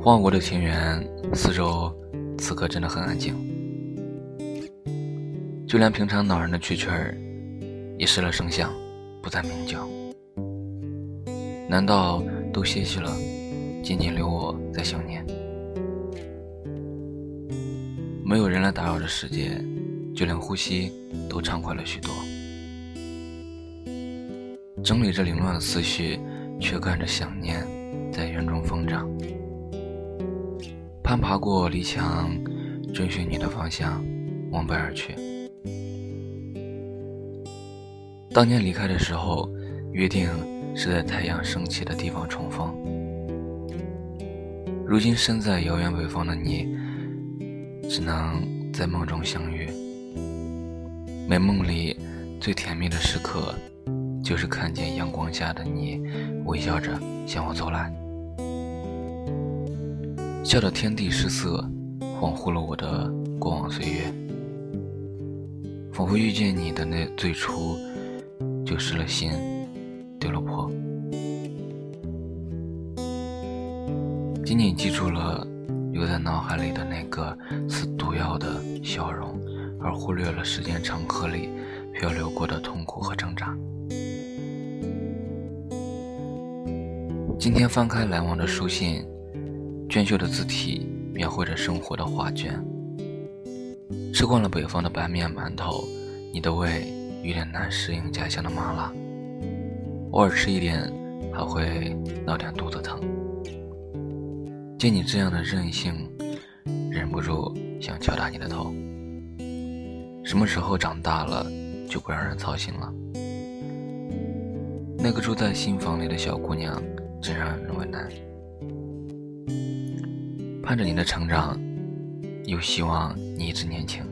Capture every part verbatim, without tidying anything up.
荒芜的田园，四周此刻真的很安静，就连平常恼人的蛐蛐儿也失了声响，不再鸣叫。难道都歇息了，仅仅留我在想念？没有人来打扰这世界，就连呼吸都畅快了许多。整理着凌乱的思绪，却看着想念在园中疯长。攀爬过篱墙，追寻你的方向，往北而去。当年离开的时候，约定是在太阳升起的地方重逢。如今身在遥远北方的你，只能在梦中相遇。美梦里最甜蜜的时刻，就是看见阳光下的你微笑着向我走来，笑得天地失色，恍惚了我的过往岁月。仿佛遇见你的那最初，就失了心，丢了魄。仅仅记住了留在脑海里的那个似毒药的笑容，而忽略了时间长河里漂流过的痛苦和挣扎。今天翻开来往的书信，娟秀的字体描绘着生活的画卷。吃惯了北方的白面馒头，你的胃有点难适应家乡的麻辣，偶尔吃一点还会闹点肚子疼。见你这样的任性，忍不住想敲打你的头。什么时候长大了就不让人操心了？那个住在新房里的小姑娘真让人为难。盼着你的成长，又希望你一直年轻，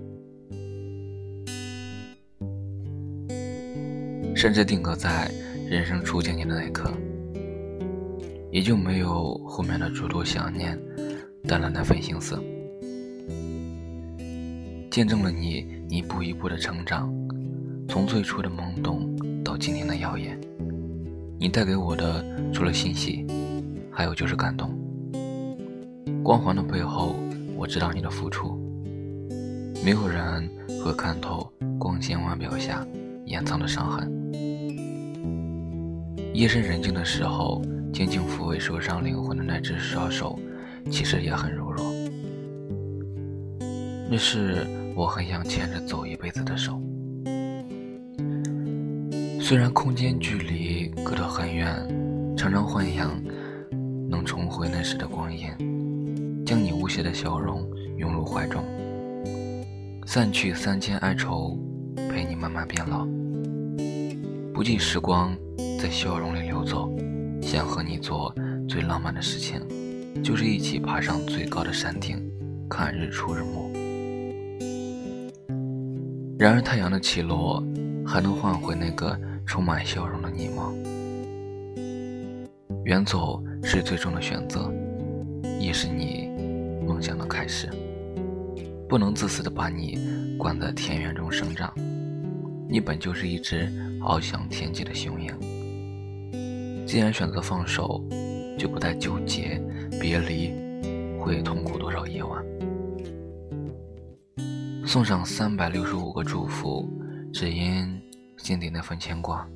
甚至定格在人生初见你的那一刻，也就没有后面的诸多想念，淡了那份心思。见证了你一步一步的成长，从最初的懵懂到今天的耀眼。你带给我的除了欣喜，还有就是感动。光环的背后，我知道你的付出。没有人会看透光鲜外表下掩藏的伤痕。夜深人静的时候，轻轻抚慰受伤灵魂的那只小手，其实也很柔弱。那是我很想牵着走一辈子的手。虽然空间距离隔得很远，常常幻想能重回那时的光阴，将你无邪的笑容拥入怀中，散去三千哀愁，陪你慢慢变老。不计时光在笑容里流走，想和你做最浪漫的事情，就是一起爬上最高的山顶，看日出日没。然而太阳的起落还能换回那个充满笑容的你吗？远走是最终的选择，也是你梦想的开始。不能自私地把你关在田园中生长，你本就是一只翱翔天际的雄鹰。既然选择放手，就不再纠结别离会痛苦多少夜晚。送上三百六十五个祝福，只因心底那份牵挂。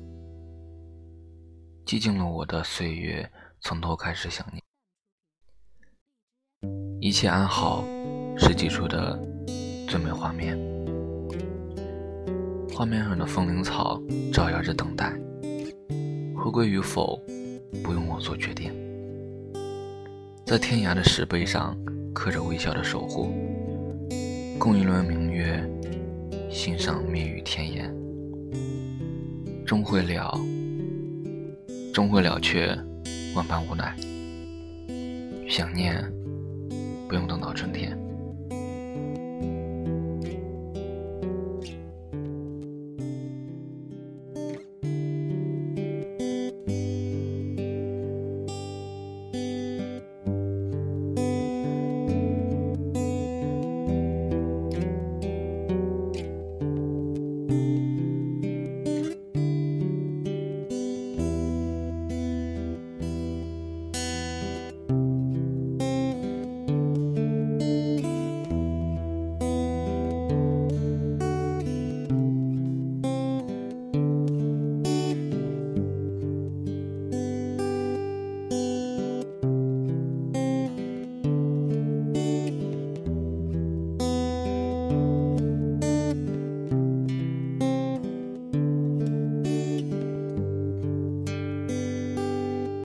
寂静了我的岁月，从头开始想你。一切安好，是记住的最美画面。画面上的风铃草照耀着等待，回归与否不用我做决定。在天涯的石碑上刻着微笑的守护，共一轮明月，欣赏蜜语甜言。终会了，终会了却万般无奈。想念不用等到春天。